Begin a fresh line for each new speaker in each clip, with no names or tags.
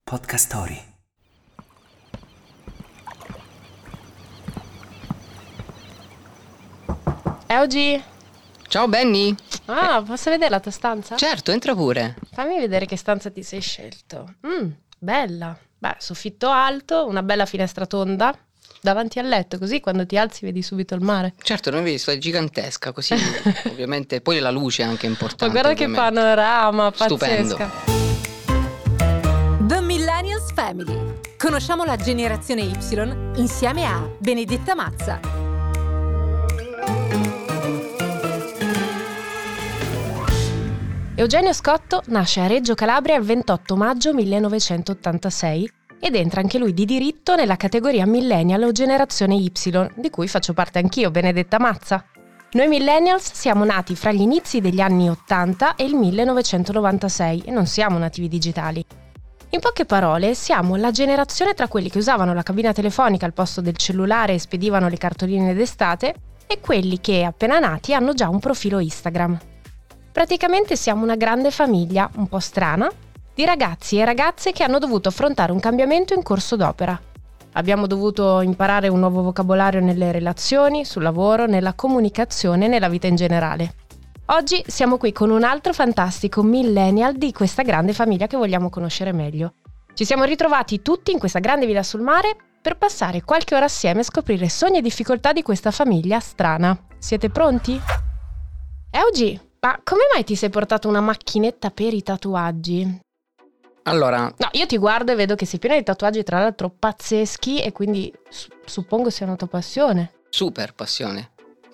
Podcast Story.
Oggi?
Ciao Benny.
Posso vedere la tua stanza?
Certo, entra pure.
Fammi vedere che stanza ti sei scelto. Bella. Beh, soffitto alto, una bella finestra tonda davanti al letto, così quando ti alzi vedi subito il mare.
Certo, non vedi, è gigantesca, così ovviamente. Poi la luce è anche importante.
Ma guarda
ovviamente.
Che panorama,
Stupendo.
pazzesca.
The Millennials Family. Conosciamo la generazione Y insieme a Benedetta Mazza.
Eugenio Scotto nasce a Reggio Calabria il 28 maggio 1986 ed entra anche lui di diritto nella categoria Millennial o Generazione Y, di cui faccio parte anch'io, Benedetta Mazza. Noi Millennials siamo nati fra gli inizi degli anni 80 e il 1996 e non siamo nativi digitali. In poche parole, siamo la generazione tra quelli che usavano la cabina telefonica al posto del cellulare e spedivano le cartoline d'estate e quelli che, appena nati, hanno già un profilo Instagram. Praticamente siamo una grande famiglia, un po' strana, di ragazzi e ragazze che hanno dovuto affrontare un cambiamento in corso d'opera. Abbiamo dovuto imparare un nuovo vocabolario nelle relazioni, sul lavoro, nella comunicazione e nella vita in generale. Oggi siamo qui con un altro fantastico millennial di questa grande famiglia che vogliamo conoscere meglio. Ci siamo ritrovati tutti in questa grande villa sul mare per passare qualche ora assieme e scoprire sogni e difficoltà di questa famiglia strana. Siete pronti? Oggi, ma come mai ti sei portato una macchinetta per i tatuaggi?
Allora,
No, io ti guardo e vedo che sei pieno di tatuaggi, tra l'altro pazzeschi, e quindi suppongo sia una tua passione.
super passione.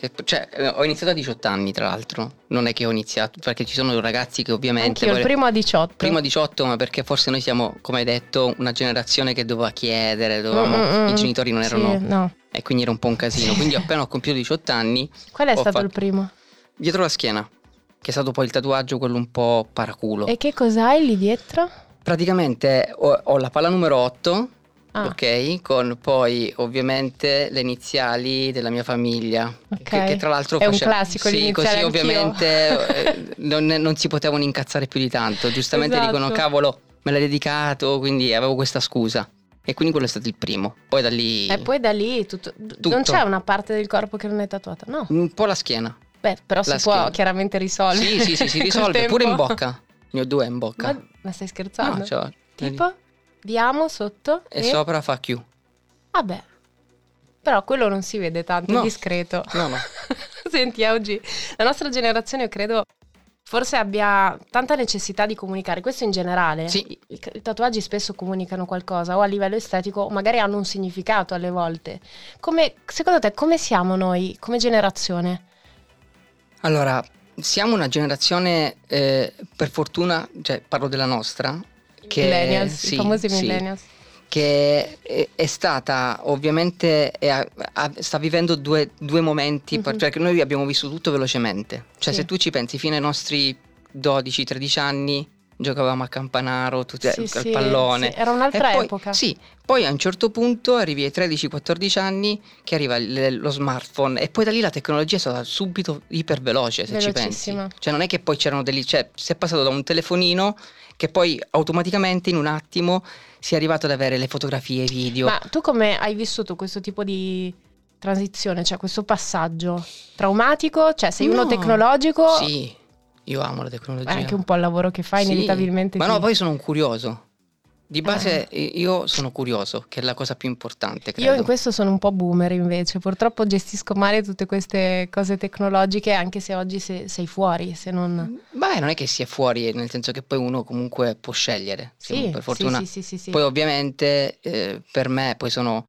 Ho iniziato a 18 anni, tra l'altro. Non è che ho iniziato, perché ci sono ragazzi che ovviamente...
Anch'io, il primo a 18.
Primo a 18, ma perché forse noi siamo, come hai detto, una generazione che doveva chiedere, i genitori non erano...
Sì, no.
E quindi era un po' un casino. Quindi appena ho compiuto 18 anni...
Qual è
ho
stato
fatto
il primo?
dietro la schiena, che è stato poi il tatuaggio, quello un po' paraculo.
E che cos'hai lì dietro?
Praticamente ho la palla numero 8,
Ah.
ok, con poi ovviamente le iniziali della mia famiglia,
Ok.
che tra l'altro
È un classico,
sì,
l'iniziale
così
anch'io.
ovviamente non si potevano incazzare più di tanto, giustamente
Esatto.
dicono cavolo me l'hai dedicato, quindi avevo questa scusa e quindi quello è stato il primo, poi da lì
E poi da lì tutto. Non c'è una parte del corpo che non è tatuata, no?
un po' la schiena.
Beh, però
La
si può
schiena.
chiaramente risolvere.
Sì, si
col
risolve,
tempo.
pure in bocca, ne ho 2 in bocca.
Ma stai scherzando?
No, cioè,
Tipo? Diamo sotto
e sopra fa Q.
Vabbè. Però quello non si vede tanto, è
No.
discreto.
No.
Senti, oggi la nostra generazione, io credo, forse abbia tanta necessità di comunicare. Questo in generale.
Sì.
I tatuaggi spesso comunicano qualcosa, o a livello estetico, o magari hanno un significato alle volte. Secondo te, come siamo noi, come generazione?
Allora, siamo una generazione, per fortuna, cioè parlo della nostra, che
Millennials, i
sì,
famosi
sì,
millennials.
che è stata ovviamente, sta vivendo due momenti, perché noi abbiamo vissuto tutto velocemente. Cioè
Sì.
se tu ci pensi, fino ai nostri 12-13 anni giocavamo a campanaro, tutti
Sì,
al
sì,
pallone.
sì, era un'altra
E poi,
epoca.
Sì, poi a un certo punto arrivi ai 13-14 anni che arriva lo smartphone e poi da lì la tecnologia è stata subito iperveloce, se ci pensi.
Velocissima.
Cioè non è che poi c'erano cioè si è passato da un telefonino che poi automaticamente in un attimo si è arrivato ad avere le fotografie, i video.
Ma tu come hai vissuto questo tipo di transizione, cioè questo passaggio traumatico? Cioè sei uno
No.
tecnologico?
Sì, io amo la tecnologia.
È anche un po' il lavoro che fai,
Sì,
inevitabilmente.
ma
ti-
no, poi sono un curioso. Di base io sono curioso, che è la cosa più importante, credo.
Io in questo sono un po' boomer invece, purtroppo gestisco male tutte queste cose tecnologiche, anche se oggi sei fuori, se non...
Beh, non è che si è fuori, nel senso che poi uno comunque può scegliere,
Sì,
per fortuna.
sì.
Poi ovviamente per me poi sono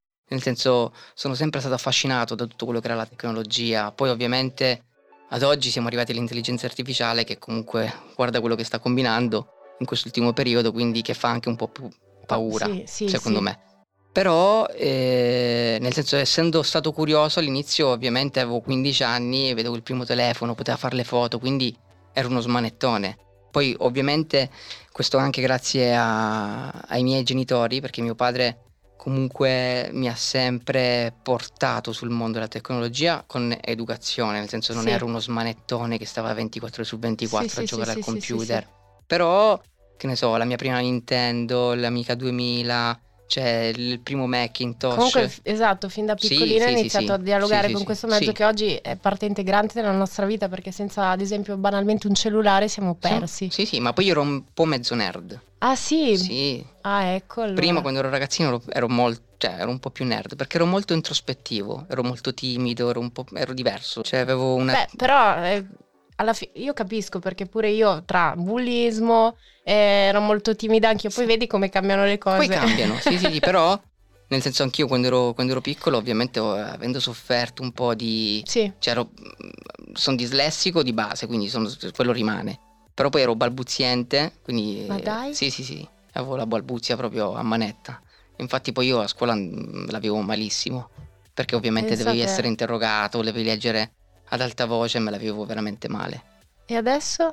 sempre stato affascinato da tutto quello che era la tecnologia. Poi ovviamente ad oggi siamo arrivati all'intelligenza artificiale che comunque guarda quello che sta combinando in quest'ultimo periodo, quindi che fa anche un po' più paura,
Sì,
secondo
sì.
me. Però nel senso, essendo stato curioso all'inizio, ovviamente avevo 15 anni, vedevo il primo telefono, poteva fare le foto, quindi ero uno smanettone. Poi ovviamente questo anche grazie ai miei genitori, perché mio padre comunque mi ha sempre portato sul mondo della tecnologia con educazione, nel senso non
Sì.
ero uno smanettone che stava 24 ore su 24
Sì,
a
sì,
giocare
sì,
al
sì,
computer.
sì.
Però che ne so, la mia prima Nintendo, l'Amiga 2000, cioè il primo Macintosh.
Comunque, esatto, fin da piccolina hai iniziato a dialogare con questo mezzo
sì.
che oggi è parte integrante della nostra vita, perché senza, ad esempio, banalmente un cellulare siamo persi.
Sì, ma poi io ero un po' mezzo nerd.
Ah sì?
Sì.
Ah, ecco. Allora.
Prima, quando ero ragazzino, ero un po' più nerd, perché ero molto introspettivo, ero molto timido, ero diverso. Cioè avevo una...
Beh, però alla fine io capisco, perché pure io tra bullismo ero molto timida anch'io, poi vedi come cambiano le cose.
Poi cambiano, sì, però nel senso anch'io quando ero piccolo, ovviamente avendo sofferto un po' di...
Sì.
Cioè sono dislessico di base, quindi quello rimane. Però poi ero balbuziente, quindi...
Ma dai?
Sì, avevo la balbuzia proprio a manetta. Infatti poi io a scuola la vivevo malissimo, perché ovviamente dovevi essere interrogato, dovevi leggere ad alta voce, me la vivevo veramente male.
E adesso?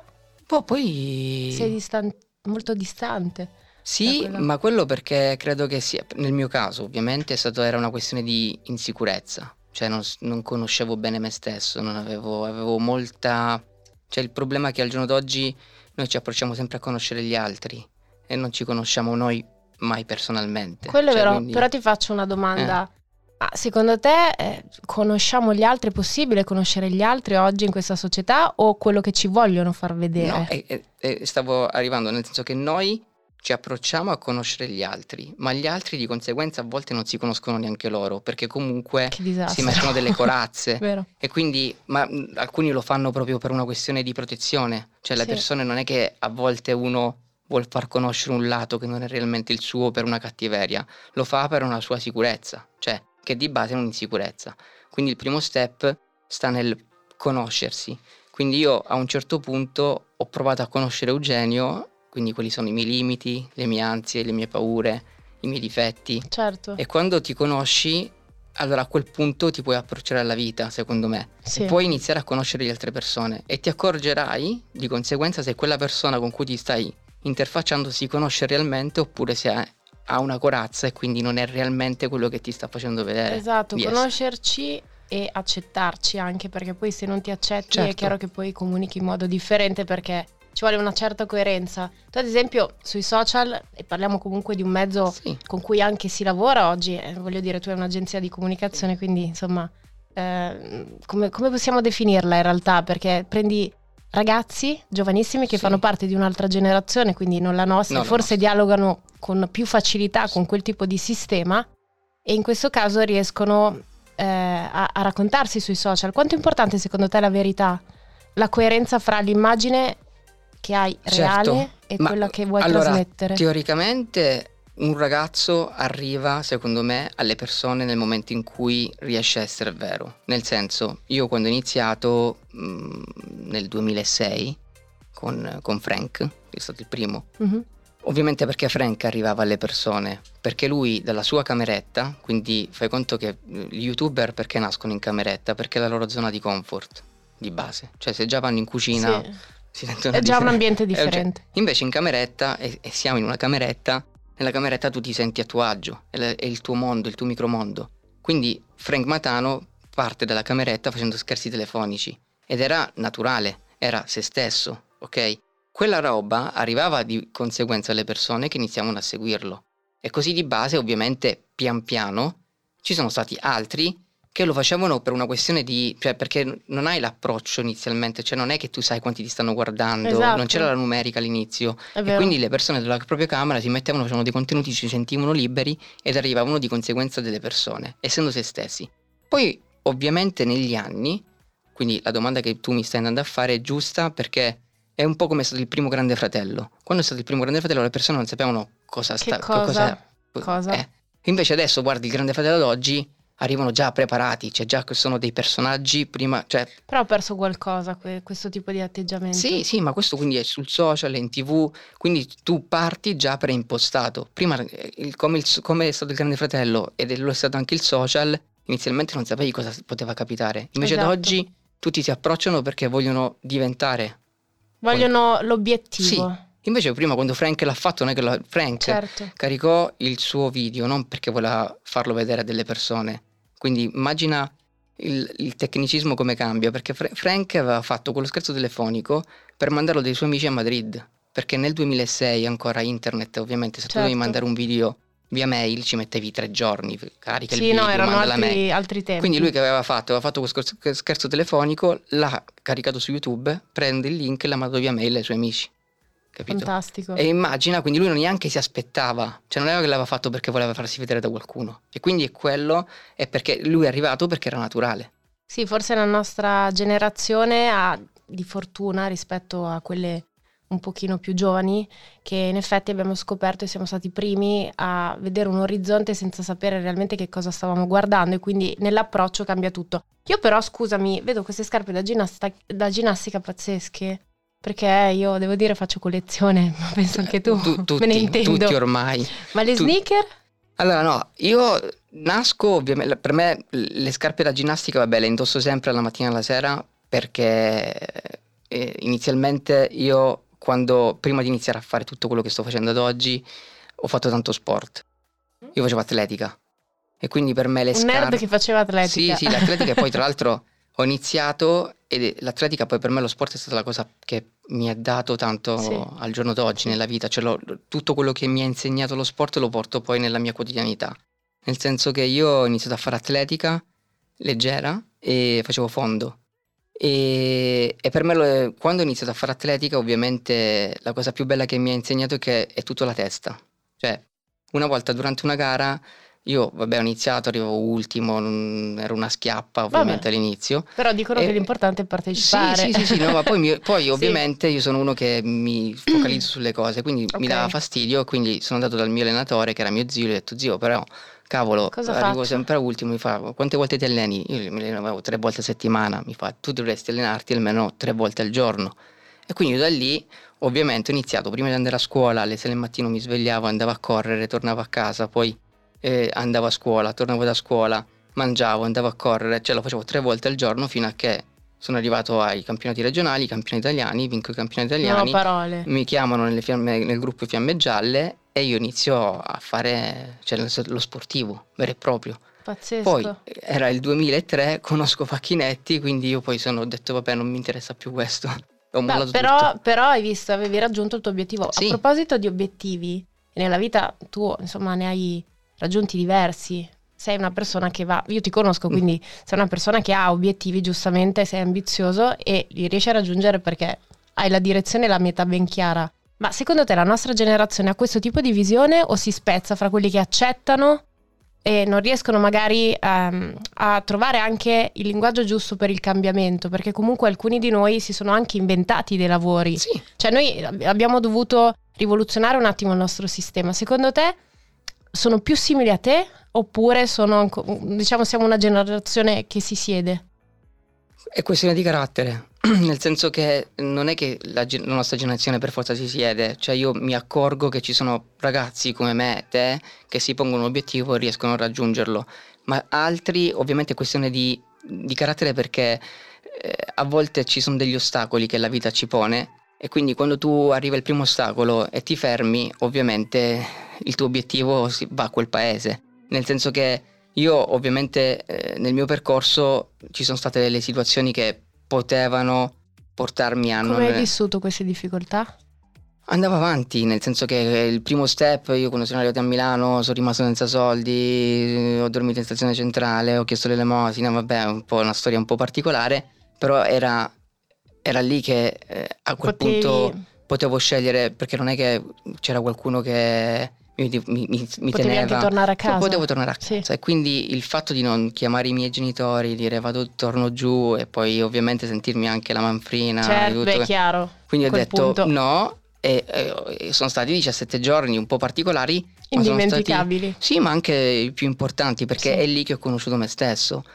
Poi...
Sei molto distante.
Sì, ma quello perché credo che sia, nel mio caso ovviamente era una questione di insicurezza, cioè non conoscevo bene me stesso, avevo molta... Cioè il problema è che al giorno d'oggi noi ci approcciamo sempre a conoscere gli altri e non ci conosciamo noi mai personalmente.
Quello è vero,
quindi...
però ti faccio una domanda. Ma secondo te conosciamo gli altri? È possibile conoscere gli altri oggi in questa società, o quello che ci vogliono far vedere?
No, stavo arrivando, nel senso che noi ci approcciamo a conoscere gli altri, ma gli altri di conseguenza a volte non si conoscono neanche loro, perché comunque si mettono delle corazze.
Vero.
E quindi, ma alcuni lo fanno proprio per una questione di protezione, cioè le persone non è che a volte uno vuol far conoscere un lato che non è realmente il suo per una cattiveria, lo fa per una sua sicurezza, cioè che di base è un'insicurezza. Quindi il primo step sta nel conoscersi. Quindi io a un certo punto ho provato a conoscere Eugenio, quindi quelli sono i miei limiti, le mie ansie, le mie paure, i miei difetti.
Certo.
E quando ti conosci, allora a quel punto ti puoi approcciare alla vita, secondo me.
Sì.
E puoi iniziare a conoscere le altre persone e ti accorgerai di conseguenza se quella persona con cui ti stai interfacciando si conosce realmente oppure se ha una corazza e quindi non è realmente quello che ti sta facendo vedere.
Esatto, conoscerci e accettarci anche, perché poi se non ti accetti è chiaro che poi comunichi in modo differente, perché ci vuole una certa coerenza. Tu ad esempio sui social, e parliamo comunque di un mezzo con cui anche si lavora oggi, voglio dire, tu hai un'agenzia di comunicazione, quindi insomma come possiamo definirla in realtà? Perché prendi ragazzi giovanissimi che fanno parte di un'altra generazione, quindi non la nostra, forse dialogano con più facilità con quel tipo di sistema, e in questo caso riescono a raccontarsi sui social. Quanto è importante secondo te la verità, la coerenza fra l'immagine che hai reale e quella che vuoi trasmettere?
Teoricamente un ragazzo arriva, secondo me, alle persone nel momento in cui riesce a essere vero. Nel senso, io quando ho iniziato nel 2006 con Frank, che è stato il primo, ovviamente perché Frank arrivava alle persone, perché lui dalla sua cameretta, quindi fai conto che gli youtuber perché nascono in cameretta? Perché è la loro zona di comfort, di base. Cioè se già vanno in cucina si sentono
è già un ambiente differente.
Invece in cameretta, e siamo in una cameretta, nella cameretta tu ti senti a tuo agio, è il tuo mondo, il tuo micromondo. Quindi Frank Matano parte dalla cameretta facendo scherzi telefonici ed era naturale, era se stesso, ok? Quella roba arrivava di conseguenza alle persone che iniziavano a seguirlo. E così di base, ovviamente, pian piano, ci sono stati altri che lo facevano per una questione di... cioè perché non hai l'approccio inizialmente, cioè non è che tu sai quanti ti stanno guardando, non c'era la numerica all'inizio. E quindi le persone della propria camera si mettevano, facevano dei contenuti, si sentivano liberi ed arrivavano di conseguenza delle persone, essendo se stessi. Poi, ovviamente, negli anni, quindi la domanda che tu mi stai andando a fare è giusta, perché è un po' come è stato il primo Grande Fratello. Quando è stato il primo Grande Fratello le persone non sapevano cosa. Invece adesso guardi il Grande Fratello d'oggi, arrivano già preparati, cioè già che sono dei personaggi prima, cioè...
Però ha perso qualcosa questo tipo di atteggiamento.
Sì, ma questo quindi è sul social, è in TV, quindi tu parti già preimpostato. Prima, come è stato il Grande Fratello ed è stato anche il social, inizialmente non sapevi cosa poteva capitare. Invece ad oggi tutti si approcciano perché vogliono diventare...
Vogliono l'obiettivo.
Sì. Invece prima, quando Frank l'ha fatto, non è che Frank caricò il suo video non perché voleva farlo vedere a delle persone. Quindi immagina il tecnicismo come cambia, perché Frank aveva fatto quello scherzo telefonico per mandarlo dai suoi amici a Madrid. perché nel 2006 ancora internet, ovviamente se tu
Certo.
devi mandare un video via mail ci mettevi 3 giorni, carica il
Sì,
video,
no, erano
manda la mail.
altri tempi.
Quindi lui che aveva fatto questo scherzo telefonico, l'ha caricato su YouTube, prende il link e l'ha mandato via mail ai suoi amici, capito?
Fantastico.
E immagina, quindi lui non neanche si aspettava, cioè non era che l'aveva fatto perché voleva farsi vedere da qualcuno, e quindi è perché lui è arrivato perché era naturale.
Sì, forse la nostra generazione ha di fortuna rispetto a quelle un pochino più giovani, che in effetti abbiamo scoperto e siamo stati i primi a vedere un orizzonte senza sapere realmente che cosa stavamo guardando, e quindi nell'approccio cambia tutto. Io però, scusami, vedo queste scarpe da ginnastica pazzesche, perché io devo dire faccio collezione, ma penso anche tu, me ne intendo.
Tutti ormai.
Ma le sneaker?
Allora no, io nasco ovviamente, per me le scarpe da ginnastica, vabbè, le indosso sempre alla mattina e alla sera, perché inizialmente io, prima di iniziare a fare tutto quello che sto facendo ad oggi, ho fatto tanto sport. Io facevo atletica e quindi per me le scarpe...
Un nerd che faceva atletica.
Sì, l'atletica, e poi tra l'altro ho iniziato, e l'atletica poi per me, lo sport è stata la cosa che mi ha dato tanto
Sì.
al giorno d'oggi nella vita, cioè tutto quello che mi ha insegnato lo sport lo porto poi nella mia quotidianità, nel senso che io ho iniziato a fare atletica leggera e facevo fondo. E per me quando ho iniziato a fare atletica, ovviamente la cosa più bella che mi ha insegnato è che è tutto la testa. Cioè, una volta durante una gara io, vabbè, ho iniziato, arrivavo ultimo, ero una schiappa ovviamente all'inizio.
Però dicono che l'importante è partecipare.
Sì, no, ma poi
Sì.
ovviamente io sono uno che mi focalizzo sulle cose, quindi mi dava fastidio, quindi sono andato dal mio allenatore, che era mio zio, e gli ho detto: zio, però cavolo,
Cosa
arrivo
faccio?
sempre a ultimo. Mi fa: quante volte ti alleni? Io mi allenavo 3 volte a settimana. Mi fa: tu dovresti allenarti almeno 3 volte al giorno. E quindi da lì ovviamente ho iniziato, prima di andare a scuola, alle 6 del mattino mi svegliavo, andavo a correre, tornavo a casa, poi andavo a scuola, tornavo da scuola, mangiavo, andavo a correre, cioè lo facevo 3 volte al giorno fino a che sono arrivato ai campionati regionali, campioni italiani, vinco i campionati italiani,
No, parole.
mi chiamano nel gruppo Fiamme Gialle e io inizio a fare, cioè, lo sportivo vero e proprio.
Pazzesco.
Poi era il 2003, conosco Facchinetti, quindi io poi ho detto vabbè, non mi interessa più questo. Ho mollato tutto.
Però hai visto, avevi raggiunto il tuo obiettivo.
Sì.
A proposito di obiettivi, nella vita tu insomma ne hai raggiunti diversi. Sei una persona che io ti conosco, quindi sei una persona che ha obiettivi, giustamente, sei ambizioso e li riesci a raggiungere perché hai la direzione e la meta ben chiara. Ma secondo te la nostra generazione ha questo tipo di visione o si spezza fra quelli che accettano e non riescono magari a trovare anche il linguaggio giusto per il cambiamento? Perché comunque alcuni di noi si sono anche inventati dei lavori.
Sì.
Cioè noi abbiamo dovuto rivoluzionare un attimo il nostro sistema. Secondo te sono più simili a te oppure siamo una generazione che si siede?
È questione di carattere, nel senso che non è che la nostra generazione per forza si siede, cioè io mi accorgo che ci sono ragazzi come me, te, che si pongono un obiettivo e riescono a raggiungerlo, ma altri ovviamente è questione di carattere, perché a volte ci sono degli ostacoli che la vita ci pone, e quindi quando tu arriva il primo ostacolo e ti fermi, ovviamente il tuo obiettivo va a quel paese, nel senso che io ovviamente nel mio percorso ci sono state delle situazioni che potevano portarmi a
Come hai vissuto queste difficoltà?
Andavo avanti, nel senso che il primo step, io quando sono arrivato a Milano sono rimasto senza soldi, ho dormito in stazione centrale, ho chiesto l'elemosina, vabbè, un po' una storia un po' particolare, però era lì che a quel punto potevo scegliere, perché non è che c'era qualcuno che mi
Potevi
teneva.
anche tornare a casa.
Potevo tornare a casa, e quindi il fatto di non chiamare i miei genitori, dire torno giù, e poi ovviamente sentirmi anche la manfrina.
Certo, beh, chiaro.
Quindi ho detto
punto.
no, e sono stati 17 giorni un po' particolari,
indimenticabili.
Sì, ma anche i più importanti, perché è lì che ho conosciuto me stesso.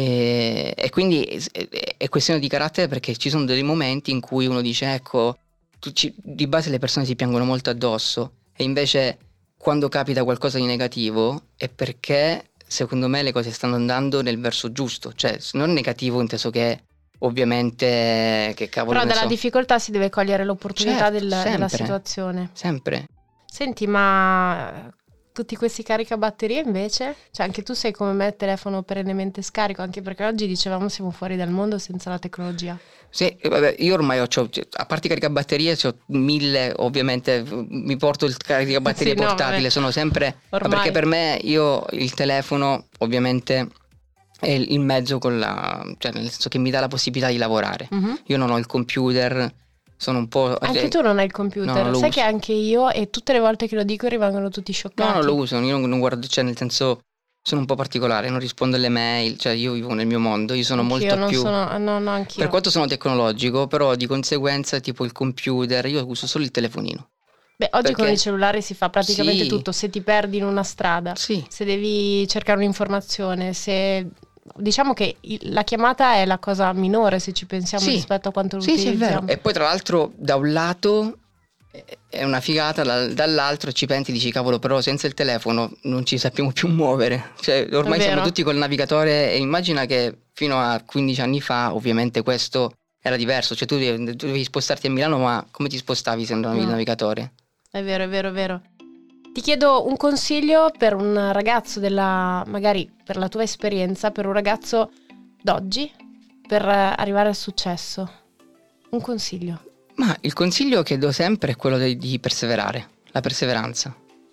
E quindi è questione di carattere, perché ci sono dei momenti in cui uno dice ecco, di base le persone si piangono molto addosso, e invece quando capita qualcosa di negativo è perché secondo me le cose stanno andando nel verso giusto, cioè non negativo inteso che ovviamente che cavolo.
Però dalla difficoltà si deve cogliere l'opportunità
certo,
della situazione.
Sempre.
Senti, ma tutti questi caricabatterie invece? Cioè anche tu sei come me, telefono perennemente scarico, anche perché oggi dicevamo siamo fuori dal mondo senza la tecnologia.
Sì, vabbè, io ormai a parte i caricabatterie, ho 1000, ovviamente mi porto il caricabatterie
Sì, no,
portatile,
vabbè.
sono sempre... ma
Ormai.
perché per me, io il telefono ovviamente è il mezzo cioè nel senso che mi dà la possibilità di lavorare.
Mhm.
Io non ho il computer, sono un po'...
Anche tu non hai il
No,
computer,
non lo
sai
uso.
che anche io, e tutte le volte che lo dico rimangono tutti scioccati.
No, non lo uso, io non guardo, cioè nel senso sono un po' particolare, non rispondo alle mail, cioè io vivo nel mio mondo, io sono
Anch'io
molto
non
più...
sono, no, anch'io.
Per quanto sono tecnologico, però di conseguenza tipo il computer, io uso solo il telefonino.
Beh, oggi con
Perché-
il cellulare si fa praticamente
Sì.
tutto, se ti perdi in una strada,
Sì.
se devi cercare un'informazione, se... Diciamo che la chiamata è la cosa minore se ci pensiamo
Sì.
rispetto a quanto lo
Sì, è vero.
utilizziamo.
E poi tra l'altro da un lato è una figata, dall'altro ci pensi e dici cavolo, però senza il telefono non ci sappiamo più muovere. Cioè ormai
È
siamo
vero.
tutti col navigatore e immagina che fino a 15 anni fa ovviamente questo era diverso. Cioè tu dovevi spostarti a Milano, ma come ti spostavi se non avevi il
No.
navigatore?
È vero, è vero, è vero. Ti chiedo un consiglio per un ragazzo magari per la tua esperienza, per un ragazzo d'oggi, per arrivare al successo. Un consiglio.
Ma il consiglio che do sempre è quello di perseverare, la perseveranza.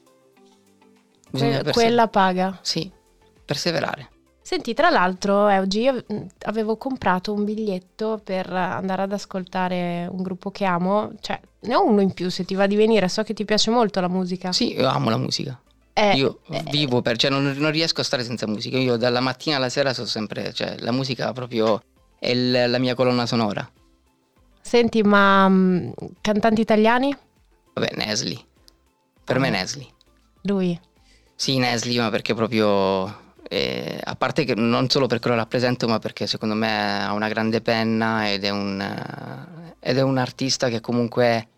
Bisogna
Quella paga.
Sì, perseverare.
Senti, tra l'altro, oggi io avevo comprato un biglietto per andare ad ascoltare un gruppo che amo, cioè ne ho uno in più se ti va di venire, so che ti piace molto la musica.
Sì, io amo la musica. Io vivo cioè non riesco a stare senza musica. Io dalla mattina alla sera sono sempre, cioè la musica proprio è la mia colonna sonora.
Senti, ma cantanti italiani?
Vabbè, Nesli. Per me Nesli.
Lui.
Sì, Nesli, ma perché proprio a parte che non solo perché lo rappresento, ma perché secondo me ha una grande penna ed è un artista che comunque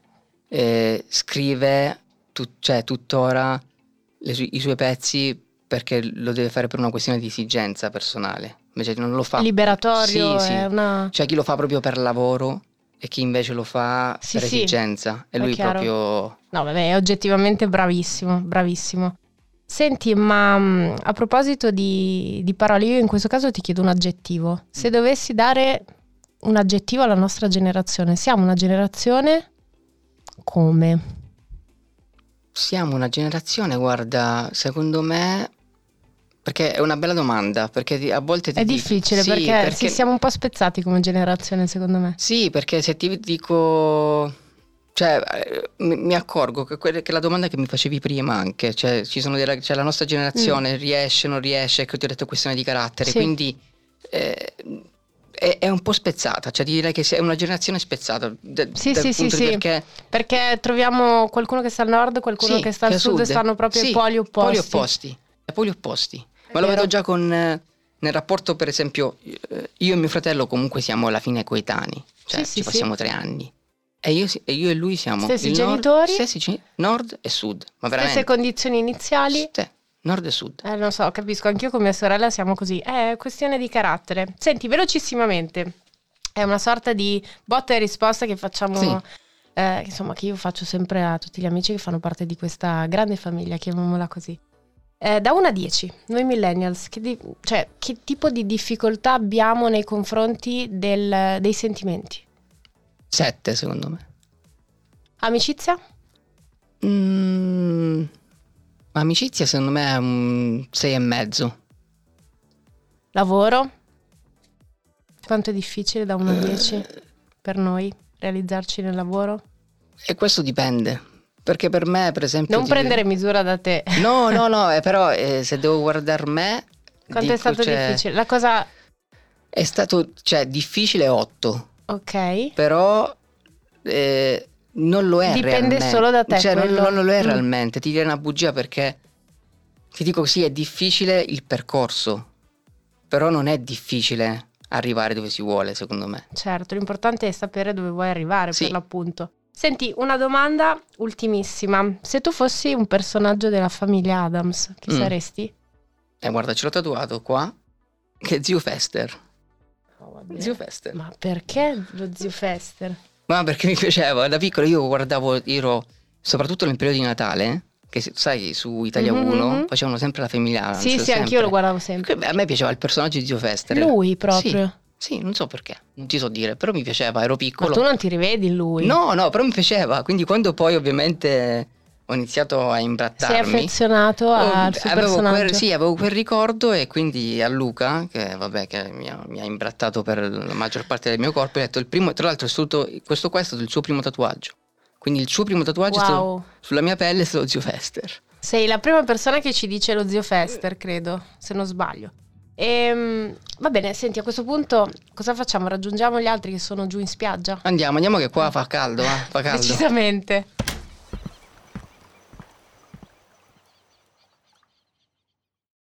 scrive cioè tuttora i suoi pezzi perché lo deve fare per una questione di esigenza personale, invece non lo fa
Liberatorio,
Sì.
è una...
C'è chi lo fa proprio per lavoro e chi invece lo fa
Sì,
per
sì,
esigenza, e
è
lui
chiaro.
proprio...
No, vabbè, è oggettivamente bravissimo, bravissimo. Senti, ma a proposito di parole, io in questo caso ti chiedo un aggettivo. Se dovessi dare un aggettivo alla nostra generazione, siamo una generazione come?
Siamo una generazione, guarda, secondo me, perché è una bella domanda, perché a volte ti
È
dico-
difficile
sì,
perché sì, siamo un po' spezzati come generazione, secondo me.
Sì, perché se ti dico, cioè, mi accorgo che la domanda che mi facevi prima anche, cioè, ci sono cioè, la nostra generazione riesce, non riesce, che ti ho detto questione di carattere,
Sì.
quindi è un po' spezzata, cioè ti direi che è una generazione spezzata.
Sì,
dal
sì,
punto
sì,
di
sì.
perché
troviamo qualcuno che sta al nord, qualcuno
sì,
che sta al sud, e stanno proprio ai poli opposti.
Poli opposti. Ma
È
lo
vero.
vedo già nel rapporto, per esempio, io e mio fratello comunque siamo alla fine coetanei, cioè
Sì,
ci
sì,
passiamo 3 anni. E io e lui siamo
Stessi
il
genitori.
nord e sud, ma
Stesse
veramente.
condizioni iniziali.
Sì, nord e sud.
Non so, capisco, anch'io con mia sorella siamo così. È questione di carattere. Senti, velocissimamente, è una sorta di botta e risposta che facciamo,
Sì.
insomma, che io faccio sempre a tutti gli amici che fanno parte di questa grande famiglia, chiamiamola così. Da 1 a 10, noi millennials, che tipo di difficoltà abbiamo nei confronti dei sentimenti?
7 secondo me.
Amicizia?
Amicizia secondo me è un 6,5.
Lavoro? Quanto è difficile da 1 a 10 per noi realizzarci nel lavoro?
E questo dipende, perché per me per esempio...
Non prendere misura da te.
No, però se devo guardare me...
Quanto è stato difficile? La cosa...
È stato, cioè, difficile 8,
Ok.
però non lo è
Dipende
realmente.
solo da te,
Cioè,
quello.
non lo è realmente, ti direi una bugia, perché ti dico sì, è difficile il percorso, però non è difficile arrivare dove si vuole, secondo me.
Certo, l'importante è sapere dove vuoi arrivare,
Sì.
per l'appunto. Senti, una domanda ultimissima. Se tu fossi un personaggio della famiglia Addams, chi saresti?
Guarda, ce l'ho tatuato qua, che è Zio Fester.
Oh, vabbè.
Zio Fester.
Ma perché lo zio Fester?
Ma perché mi piaceva, da piccolo io guardavo, ero soprattutto nel periodo di Natale, che sai su Italia 1 facevano sempre la Family Alarms.
Sì, anch'io lo guardavo sempre.
A me piaceva il personaggio di Zio Fester.
Lui proprio?
Sì, non so perché, non ti so dire, però mi piaceva, ero piccolo.
Ma tu non ti rivedi in lui?
No, però mi piaceva, quindi quando poi ovviamente ho iniziato a imbrattarmi,
sei affezionato al suo personaggio?
Avevo quel ricordo, e quindi a Luca, che mi ha imbrattato per la maggior parte del mio corpo, ho detto tra l'altro questo qua è stato il suo primo tatuaggio. Quindi il suo primo tatuaggio è stato, sulla mia pelle, è stato Zio Fester.
Sei la prima persona che ci dice lo Zio Fester, credo, se non sbaglio. Va bene, senti, a questo punto cosa facciamo? Raggiungiamo gli altri che sono giù in spiaggia?
Andiamo che qua fa caldo, fa caldo.
Decisamente.